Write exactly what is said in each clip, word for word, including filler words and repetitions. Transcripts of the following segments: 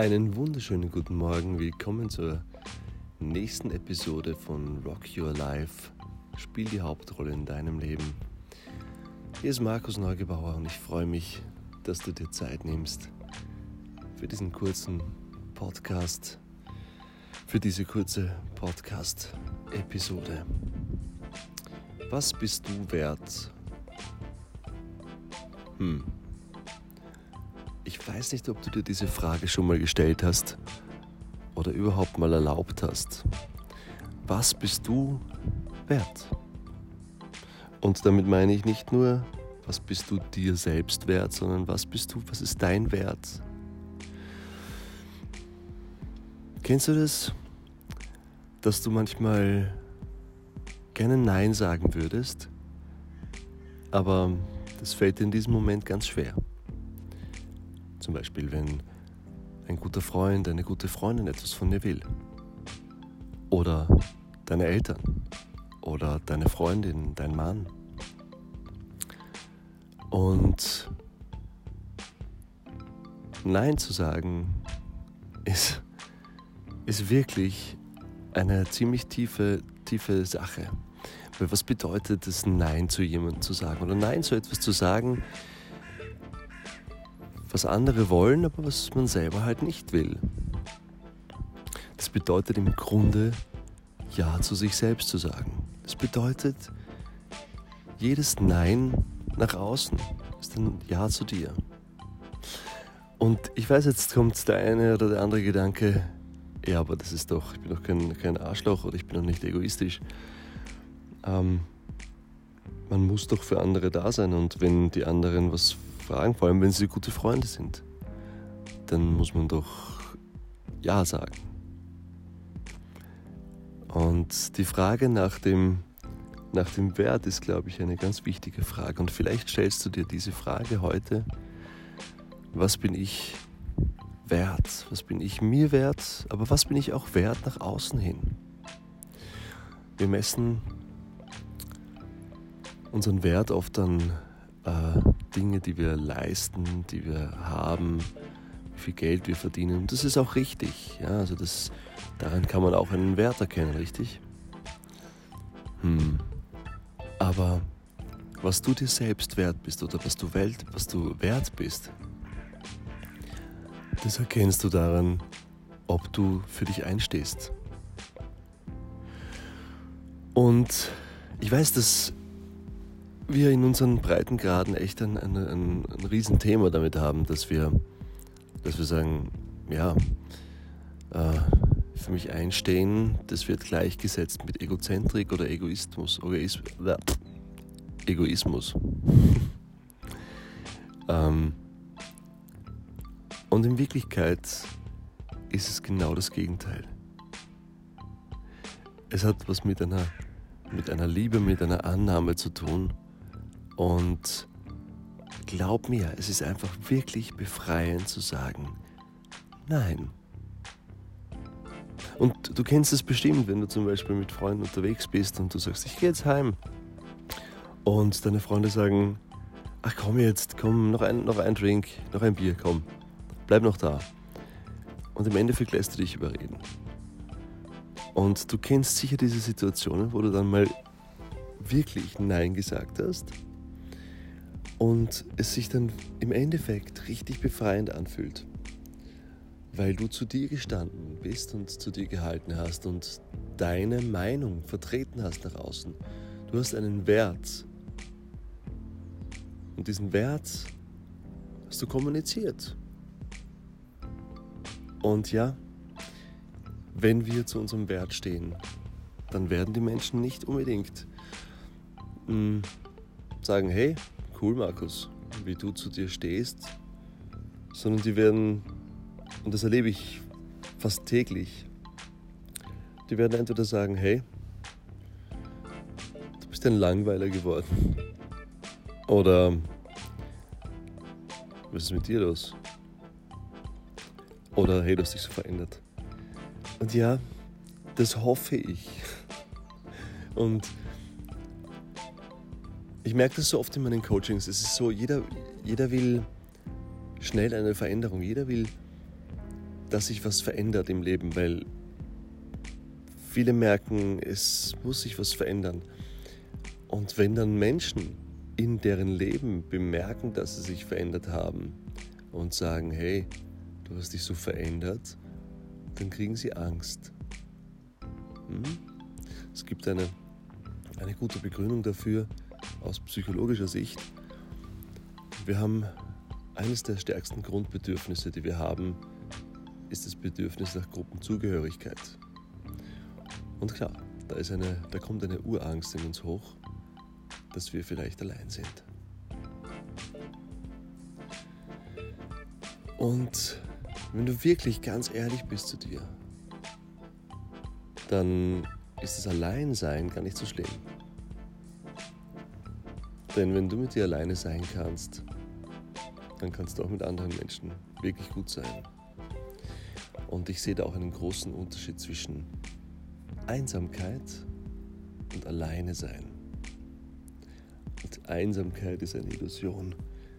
Einen wunderschönen guten Morgen, willkommen zur nächsten Episode von Rock Your Life. Spiel die Hauptrolle in deinem Leben. Hier ist Markus Neugebauer und ich freue mich, dass du dir Zeit nimmst für diesen kurzen Podcast, für diese kurze Podcast-Episode. Was bist du wert? Hm. Ich weiß nicht, ob du dir diese Frage schon mal gestellt hast oder überhaupt mal erlaubt hast. Was bist du wert? Und damit meine ich nicht nur, was bist du dir selbst wert, sondern was bist du, was ist dein Wert? Kennst du das, dass du manchmal gerne Nein sagen würdest, aber das fällt dir in diesem Moment ganz schwer? Zum Beispiel, wenn ein guter Freund, eine gute Freundin etwas von dir will. Oder deine Eltern. Oder deine Freundin, dein Mann. Und Nein zu sagen ist, ist wirklich eine ziemlich tiefe, tiefe Sache. Weil was bedeutet es, Nein zu jemandem zu sagen? Oder Nein zu etwas zu sagen, was andere wollen, aber was man selber halt nicht will. Das bedeutet im Grunde, Ja zu sich selbst zu sagen. Das bedeutet, jedes Nein nach außen ist ein Ja zu dir. Und ich weiß, jetzt kommt der eine oder der andere Gedanke, ja, aber das ist doch, ich bin doch kein, kein Arschloch oder ich bin doch nicht egoistisch. Ähm, man muss doch für andere da sein und wenn die anderen was fragen, vor allem wenn sie gute Freunde sind, dann muss man doch Ja sagen. Und die Frage nach dem, nach dem Wert ist, glaube ich, eine ganz wichtige Frage. Und vielleicht stellst du dir diese Frage heute: Was bin ich wert? Was bin ich mir wert? Aber was bin ich auch wert nach außen hin? Wir messen unseren Wert oft an äh, Dinge, die wir leisten, die wir haben, wie viel Geld wir verdienen. Und das ist auch richtig. Ja, also das, daran kann man auch einen Wert erkennen, richtig? Hm. Aber was du dir selbst wert bist oder was du, Welt, was du wert bist, das erkennst du daran, ob du für dich einstehst. Und ich weiß, dass wir in unseren Breitengraden echt ein, ein, ein, ein Riesenthema damit haben, dass wir, dass wir sagen, ja, äh, für mich einstehen, das wird gleichgesetzt mit Egozentrik oder Egoismus. Egois, äh, Egoismus. ähm, und in Wirklichkeit ist es genau das Gegenteil. Es hat was mit einer, mit einer Liebe, mit einer Annahme zu tun. Und glaub mir, es ist einfach wirklich befreiend zu sagen, nein. Und du kennst es bestimmt, wenn du zum Beispiel mit Freunden unterwegs bist und du sagst, ich gehe jetzt heim. Und deine Freunde sagen, ach komm jetzt, komm, noch ein, noch ein Drink, noch ein Bier, komm, bleib noch da. Und im Endeffekt lässt du dich überreden. Und du kennst sicher diese Situationen, wo du dann mal wirklich Nein gesagt hast. Und es sich dann im Endeffekt richtig befreiend anfühlt, weil du zu dir gestanden bist und zu dir gehalten hast und deine Meinung vertreten hast nach außen. Du hast einen Wert und diesen Wert hast du kommuniziert. Und ja, wenn wir zu unserem Wert stehen, dann werden die Menschen nicht unbedingt mh, sagen, hey, cool, Markus, wie du zu dir stehst, sondern die werden, und das erlebe ich fast täglich, die werden entweder sagen, hey, du bist ein Langweiler geworden, oder was ist mit dir los? Oder hey, du hast dich so verändert. Und ja, das hoffe ich. Und ich merke das so oft in meinen Coachings. Es ist so, jeder, jeder will schnell eine Veränderung. Jeder will dass sich was verändert im Leben, weil viele merken, es muss sich was verändern. Und wenn dann Menschen in deren Leben bemerken, dass sie sich verändert haben und sagen, hey, du hast dich so verändert, dann kriegen sie Angst. Hm? Es gibt eine, eine gute Begründung dafür aus psychologischer Sicht. Wir haben eines der stärksten Grundbedürfnisse, die wir haben, ist das Bedürfnis nach Gruppenzugehörigkeit. Und klar, da, ist eine, da kommt eine Urangst in uns hoch, dass wir vielleicht allein sind. Und wenn du wirklich ganz ehrlich bist zu dir, dann ist das Alleinsein gar nicht so schlimm. Denn wenn du mit dir alleine sein kannst, dann kannst du auch mit anderen Menschen wirklich gut sein. Und ich sehe da auch einen großen Unterschied zwischen Einsamkeit und Alleine sein. Und Einsamkeit ist eine Illusion.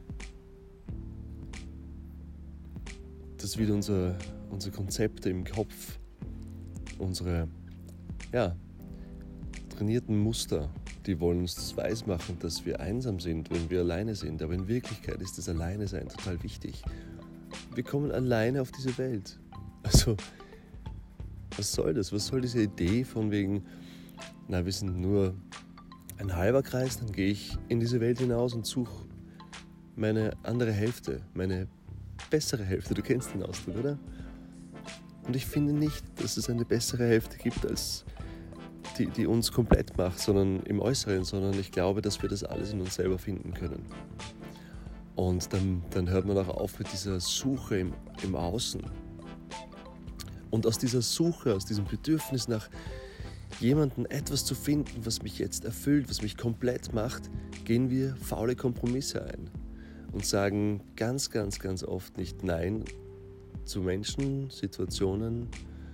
Das wird unser, unsere Konzepte im Kopf, unsere ja, trainierten Muster, die wollen uns das weismachen, dass wir einsam sind, wenn wir alleine sind. Aber in Wirklichkeit ist das Alleine-Sein total wichtig. Wir kommen alleine auf diese Welt. Also, was soll das? Was soll diese Idee von wegen, na, wir sind nur ein halber Kreis, dann gehe ich in diese Welt hinaus und suche meine andere Hälfte, meine bessere Hälfte. Du kennst den Ausdruck, oder? Und ich finde nicht, dass es eine bessere Hälfte gibt, als die, die uns komplett macht, sondern im Äußeren, sondern ich glaube, dass wir das alles in uns selber finden können. Und dann, dann hört man auch auf mit dieser Suche im, im Außen. Und aus dieser Suche, aus diesem Bedürfnis nach jemandem etwas zu finden, was mich jetzt erfüllt, was mich komplett macht, gehen wir faule Kompromisse ein und sagen ganz, ganz, ganz oft nicht Nein zu Menschen, Situationen,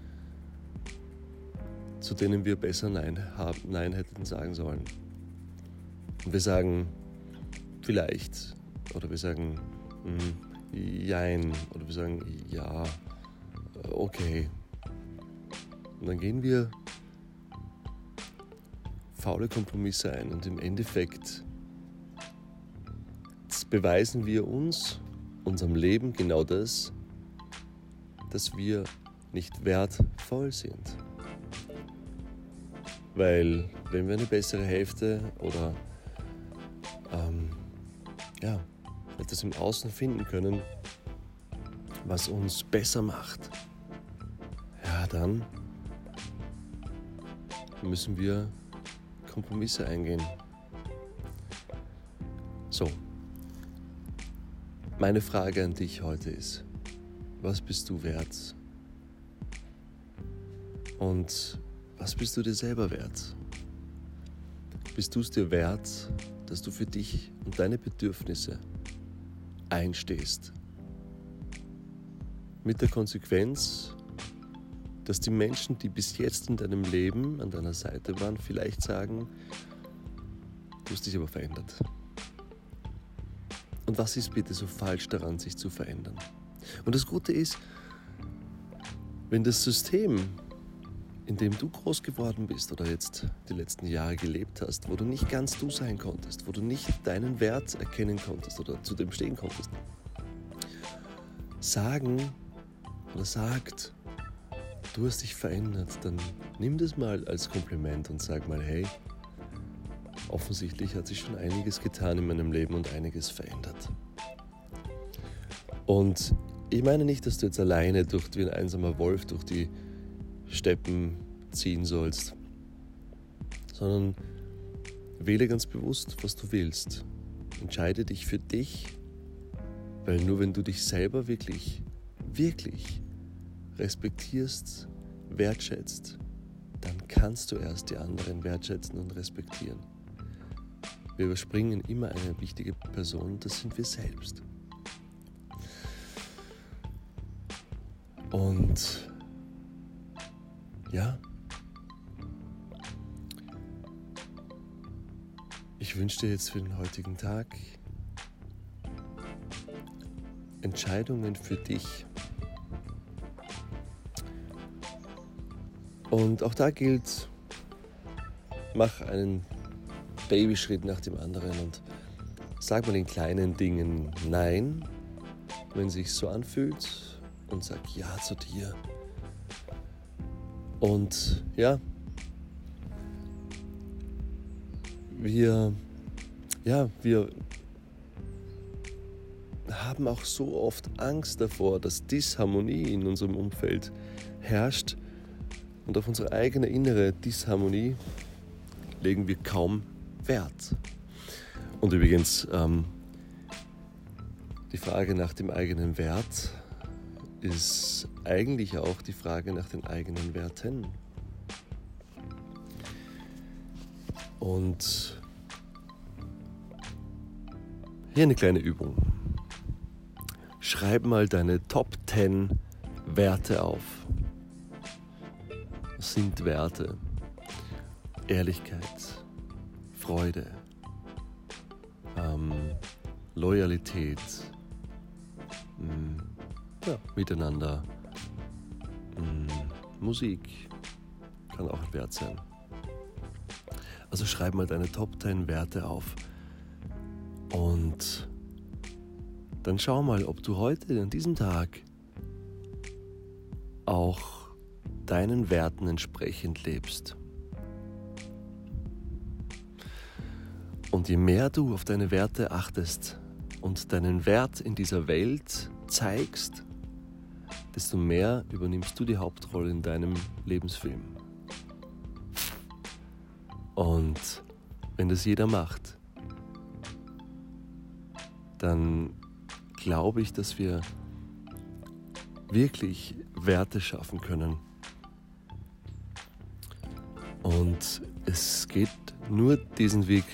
zu denen wir besser Nein, haben, Nein hätten sagen sollen. Und wir sagen vielleicht oder wir sagen mm, Jein oder wir sagen ja, okay. Und dann gehen wir faule Kompromisse ein und im Endeffekt beweisen wir uns, unserem Leben genau das, dass wir nicht wertvoll sind. Weil wenn wir eine bessere Hälfte oder ähm, ja, etwas im Außen finden können, was uns besser macht, ja, dann müssen wir Kompromisse eingehen. So, meine Frage an dich heute ist, was bist du wert? Und was bist du dir selber wert? Bist du es dir wert, dass du für dich und deine Bedürfnisse einstehst? Mit der Konsequenz, dass die Menschen, die bis jetzt in deinem Leben an deiner Seite waren, vielleicht sagen, du hast dich aber verändert. Und was ist bitte so falsch daran, sich zu verändern? Und das Gute ist, wenn das System, in dem du groß geworden bist oder jetzt die letzten Jahre gelebt hast, wo du nicht ganz du sein konntest, wo du nicht deinen Wert erkennen konntest oder zu dem stehen konntest, sagen oder sagt, du hast dich verändert, dann nimm das mal als Kompliment und sag mal, hey, offensichtlich hat sich schon einiges getan in meinem Leben und einiges verändert. Und ich meine nicht, dass du jetzt alleine durch, wie ein einsamer Wolf durch die Steppen ziehen sollst, sondern wähle ganz bewusst, was du willst. Entscheide dich für dich, weil nur wenn du dich selber wirklich, wirklich respektierst, wertschätzt, dann kannst du erst die anderen wertschätzen und respektieren. Wir überspringen immer eine wichtige Person, das sind wir selbst. Und ja, ich wünsche dir jetzt für den heutigen Tag Entscheidungen für dich, Und auch da gilt, mach einen Babyschritt nach dem anderen und sag mal den kleinen Dingen Nein, wenn es sich so anfühlt, und sag Ja zu dir. Und ja, wir, ja, wir haben auch so oft Angst davor, dass Disharmonie in unserem Umfeld herrscht, und auf unsere eigene innere Disharmonie legen wir kaum Wert. Und übrigens, ähm, die Frage nach dem eigenen Wert ist eigentlich auch die Frage nach den eigenen Werten. Und hier eine kleine Übung. Schreib mal deine Top zehn Werte auf. Das sind Werte: Ehrlichkeit, Freude, ähm, Loyalität, mh, ja, Miteinander, mh, Musik kann auch ein Wert sein. Also schreib mal deine Top zehn Werte auf und dann schau mal, ob du heute an diesem Tag auch deinen Werten entsprechend lebst. Und je mehr du auf deine Werte achtest und deinen Wert in dieser Welt zeigst, desto mehr übernimmst du die Hauptrolle in deinem Lebensfilm. Und wenn das jeder macht, dann glaube ich, dass wir wirklich Werte schaffen können. Und es geht nur diesen Weg,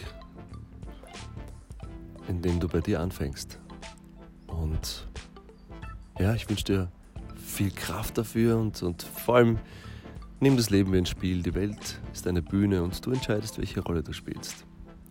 indem du bei dir anfängst. Und ja, ich wünsche dir viel Kraft dafür und, und vor allem nimm das Leben wie ein Spiel. Die Welt ist eine Bühne und du entscheidest, welche Rolle du spielst.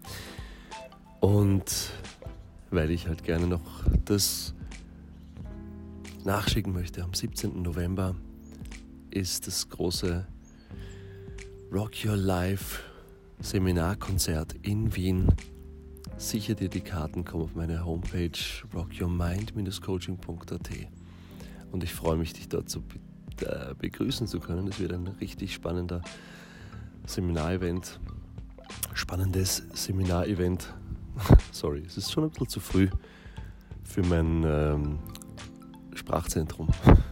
Und weil ich halt gerne noch das nachschicken möchte, am siebzehnten November ist das große Rock Your Life Seminarkonzert in Wien. Sicher dir die Karten, komm auf meine Homepage rock your mind dash coaching punkt a t und ich freue mich, dich dort zu be- äh, begrüßen zu können. Das wird ein richtig spannender Seminarevent. Spannendes Seminarevent. Sorry, es ist schon ein bisschen zu früh für mein ähm, Sprachzentrum.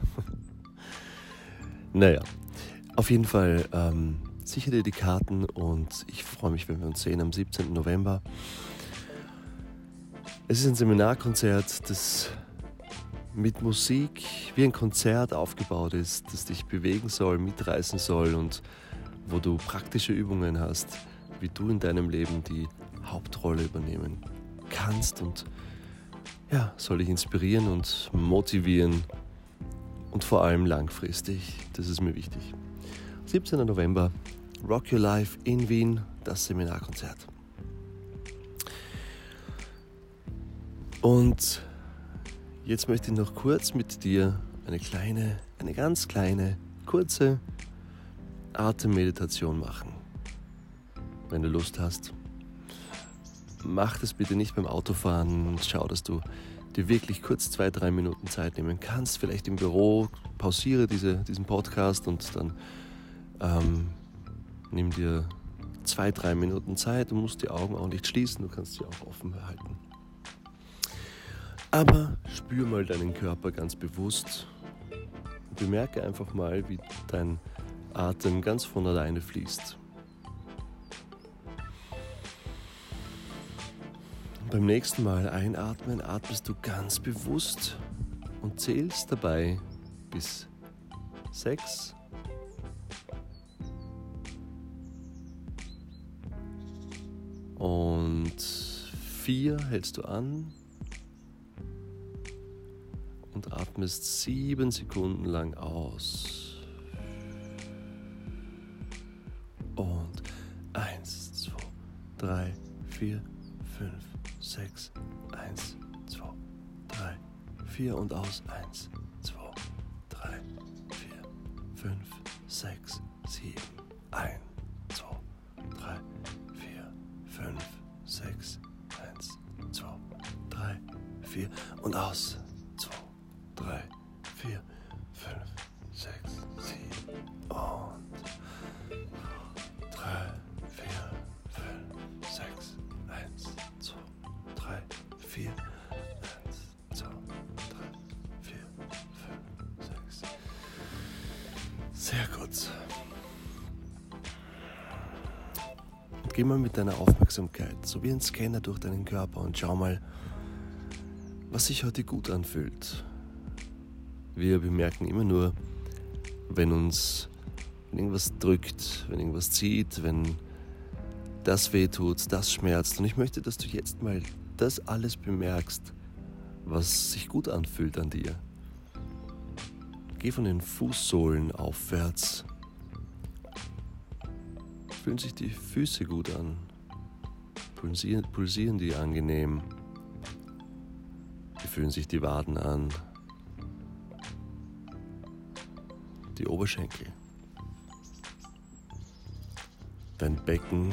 Naja, auf jeden Fall ähm, sicher dir die Karten und ich freue mich, wenn wir uns sehen am siebzehnten November. Es ist ein Seminarkonzert, das mit Musik wie ein Konzert aufgebaut ist, das dich bewegen soll, mitreißen soll und wo du praktische Übungen hast, wie du in deinem Leben die Hauptrolle übernehmen kannst, und ja, soll dich inspirieren und motivieren und vor allem langfristig, das ist mir wichtig. siebzehnten November, Rock Your Life in Wien, das Seminarkonzert. Und jetzt möchte ich noch kurz mit dir eine kleine, eine ganz kleine, kurze Atemmeditation machen. Wenn du Lust hast, mach das bitte nicht beim Autofahren. Schau, dass du dir wirklich kurz zwei, drei Minuten Zeit nehmen kannst. Vielleicht im Büro, pausiere diese, diesen Podcast und dann ähm, nimm dir zwei, drei Minuten Zeit. Du musst die Augen auch nicht schließen, du kannst sie auch offen behalten. Aber spür mal deinen Körper ganz bewusst und bemerke einfach mal, wie dein Atem ganz von alleine fließt. Und beim nächsten Mal einatmen, atmest du ganz bewusst und zählst dabei bis sechs. Und vier hältst du an. Und atmest sieben Sekunden lang aus. Und eins, zwei, drei, vier, fünf, sechs, eins, zwei, drei, vier und aus. eins, zwei, drei, vier, fünf, sechs, sieben. Ein, zwei, drei, vier, fünf, sechs. Eins, zwei, drei, vier. Und aus. zwei, drei, vier, fünf, sechs, sieben. Und drei, vier, fünf, sechs. Eins, zwei, drei, vier. Eins, zwei, drei, vier, fünf, sechs. Sehr gut. Und geh mal mit deiner Aufmerksamkeit, so wie ein Scanner durch deinen Körper und schau mal, was sich heute gut anfühlt. Wir bemerken immer nur, wenn uns wenn irgendwas drückt, wenn irgendwas zieht, wenn das wehtut, das schmerzt. Und ich möchte, dass du jetzt mal das alles bemerkst, was sich gut anfühlt an dir. Geh von den Fußsohlen aufwärts. Fühlen sich die Füße gut an? Pulsieren, pulsieren die angenehm? Wie fühlen sich die Waden an? Die Oberschenkel? Dein Becken?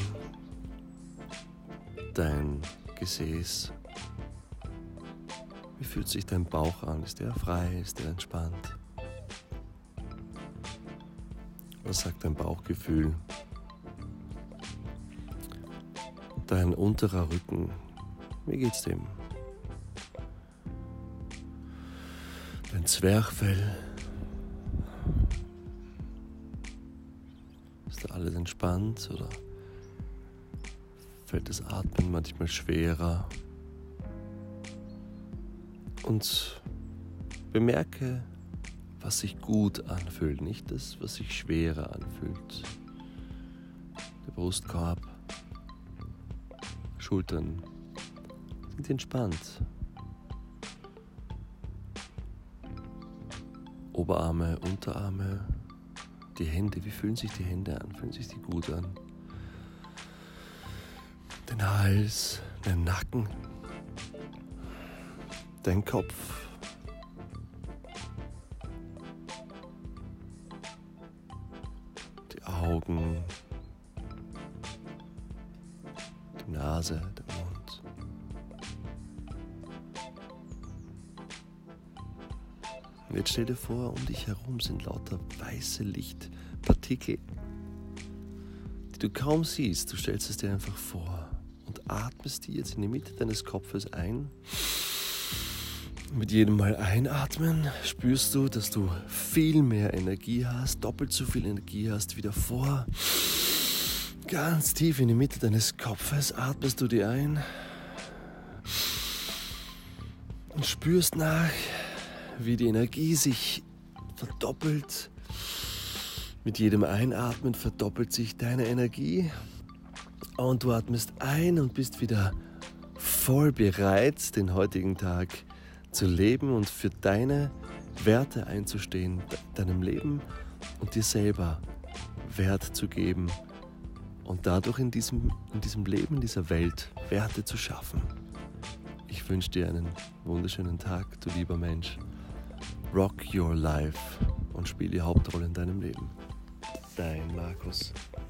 Dein Gesäß? Wie fühlt sich dein Bauch an? Ist der frei? Ist der entspannt? Was sagt dein Bauchgefühl? Dein unterer Rücken, wie geht's dem? Dein Zwerchfell, ist da alles entspannt oder fällt das Atmen manchmal schwerer? Und bemerke, was sich gut anfühlt, nicht das, was sich schwerer anfühlt. Der Brustkorb, Schultern sind entspannt. Oberarme, Unterarme, die Hände, wie fühlen sich die Hände an? Fühlen sich die gut an? Den Hals, den Nacken, dein Kopf. Die Augen, die Nase, der Mund. Und jetzt stell dir vor, um dich herum sind lauter weiße Lichtpartikel, die du kaum siehst. Du stellst es dir einfach vor und atmest die jetzt in die Mitte deines Kopfes ein. Mit jedem Mal einatmen spürst du, dass du viel mehr Energie hast, doppelt so viel Energie hast wie davor. Ganz tief in die Mitte deines Kopfes atmest du die ein und spürst nach, wie die Energie sich verdoppelt. Mit jedem Einatmen verdoppelt sich deine Energie und du atmest ein und bist wieder voll bereit, den heutigen Tag zu leben und für deine Werte einzustehen, deinem Leben und dir selber Wert zu geben und dadurch in diesem, in diesem Leben, in dieser Welt Werte zu schaffen. Ich wünsche dir einen wunderschönen Tag, du lieber Mensch. Rock your life und spiel die Hauptrolle in deinem Leben. Dein Markus.